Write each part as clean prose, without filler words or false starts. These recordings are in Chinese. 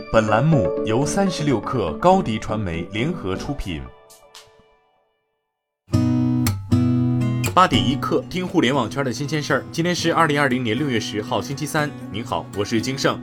本栏目由36氪高迪传媒联合出品。8点1刻，听互联网圈的新鲜事儿。今天是2020年6月10号，星期三。您好，我是金盛。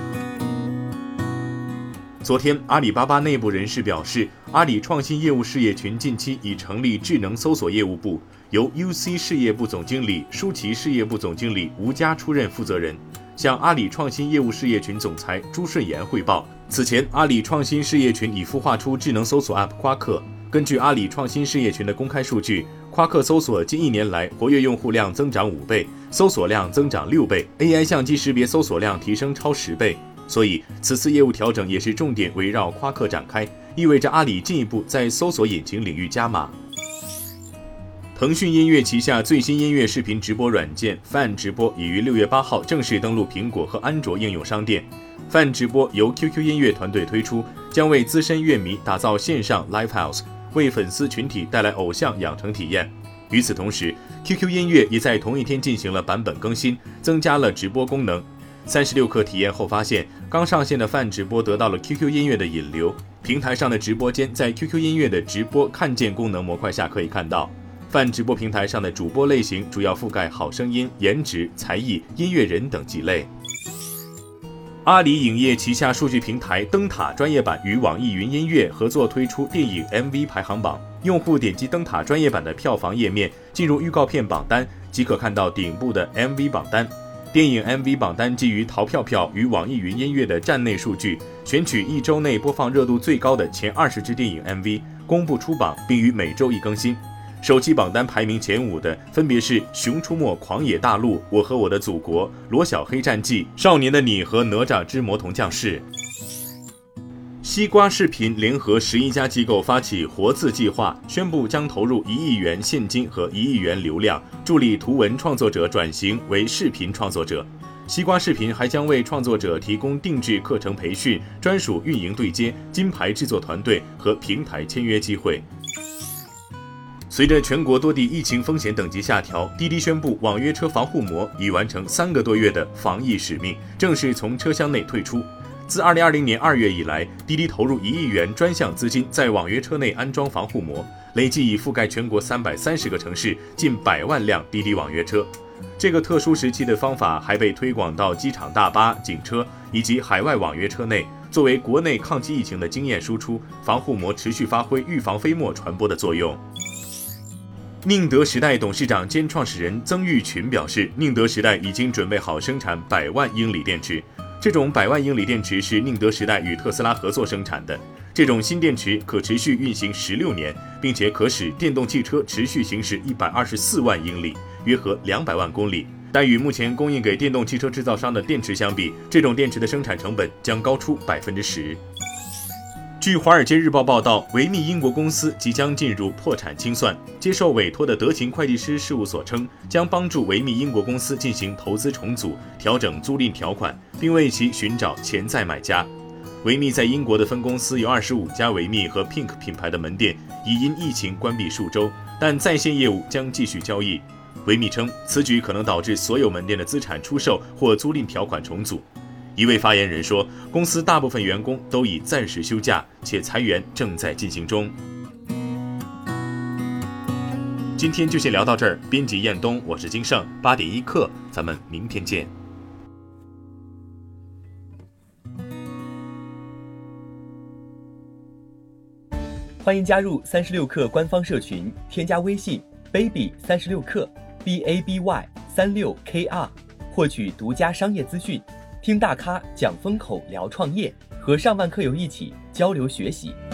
昨天，阿里巴巴内部人士表示，阿里创新业务事业群近期已成立智能搜索业务部，由 UC 事业部总经理、舒淇事业部总经理吴佳出任负责人，向阿里创新业务事业群总裁朱顺炎汇报。此前，阿里创新事业群已孵化出智能搜索 App 夸克。根据阿里创新事业群的公开数据，夸克搜索近1年来活跃用户量增长5倍，搜索量增长6倍 ，AI 相机识别搜索量提升超10倍。所以，此次业务调整也是重点围绕夸克展开，意味着阿里进一步在搜索引擎领域加码。腾讯音乐旗下最新音乐视频直播软件 Fan 直播已于6月8号正式登陆苹果和安卓应用商店。Fan 直播由 QQ 音乐团队推出，将为资深乐迷打造线上 Live House， 为粉丝群体带来偶像养成体验。与此同时 ，QQ 音乐也在同一天进行了版本更新，增加了直播功能。36氪体验后发现，刚上线的Fan直播得到了 QQ 音乐的引流，平台上的直播间在 QQ 音乐的直播看见功能模块下可以看到。Fan直播平台上的主播类型主要覆盖好声音、颜值、才艺、音乐人等几类。阿里影业旗下数据平台灯塔专业版与网易云音乐合作推出电影 MV 排行榜，用户点击灯塔专业版的票房页面，进入预告片榜单，即可看到顶部的 MV 榜单。电影 MV 榜单基于淘票票与网易云音乐的站内数据，选取1周内播放热度最高的前20支电影 MV， 公布出榜，并于每周一更新。首期榜单排名前5的分别是《熊出没·狂野大陆》、《我和我的祖国》、《罗小黑战记》、《少年的你》和《哪吒之魔童降世》。西瓜视频联合11家机构发起活字计划，宣布将投入1亿元现金和1亿元流量，助力图文创作者转型为视频创作者。西瓜视频还将为创作者提供定制课程培训、专属运营对接、金牌制作团队和平台签约机会。随着全国多地疫情风险等级下调，滴滴宣布网约车防护膜已完成3个多月的防疫使命，正式从车厢内退出。自2020年2月以来，滴滴投入1亿元专项资金在网约车内安装防护膜，累计已覆盖全国330个城市，近100万辆滴滴网约车。这个特殊时期的方法还被推广到机场大巴、警车以及海外网约车内，作为国内抗击疫情的经验输出，防护膜持续发挥预防飞沫传播的作用。宁德时代董事长兼创始人曾毓群表示，宁德时代已经准备好生产100万英锂电池。这种100万英锂电池是宁德时代与特斯拉合作生产的。这种新电池可持续运行16年，并且可使电动汽车持续行驶124万英里，约合200万公里。但与目前供应给电动汽车制造商的电池相比，这种电池的生产成本将高出10%。据《华尔街日报》报道，维密英国公司即将进入破产清算。接受委托的德勤会计师事务所称，将帮助维密英国公司进行投资重组，调整租赁条款，并为其寻找潜在买家。维密在英国的分公司有25家维密和 Pink 品牌的门店，已因疫情关闭数周，但在线业务将继续交易。维密称，此举可能导致所有门店的资产出售或租赁条款重组。一位发言人说，公司大部分员工都已暂时休假，且裁员正在进行中。今天就先聊到这儿，编辑彦东，我是金盛，8点1刻，咱们明天见。 欢迎加入36氪官方社群，添加微信 baby36氪 BABY36KR， 获取独家商业资讯。听大咖讲风口，聊创业，和上万客友一起交流学习。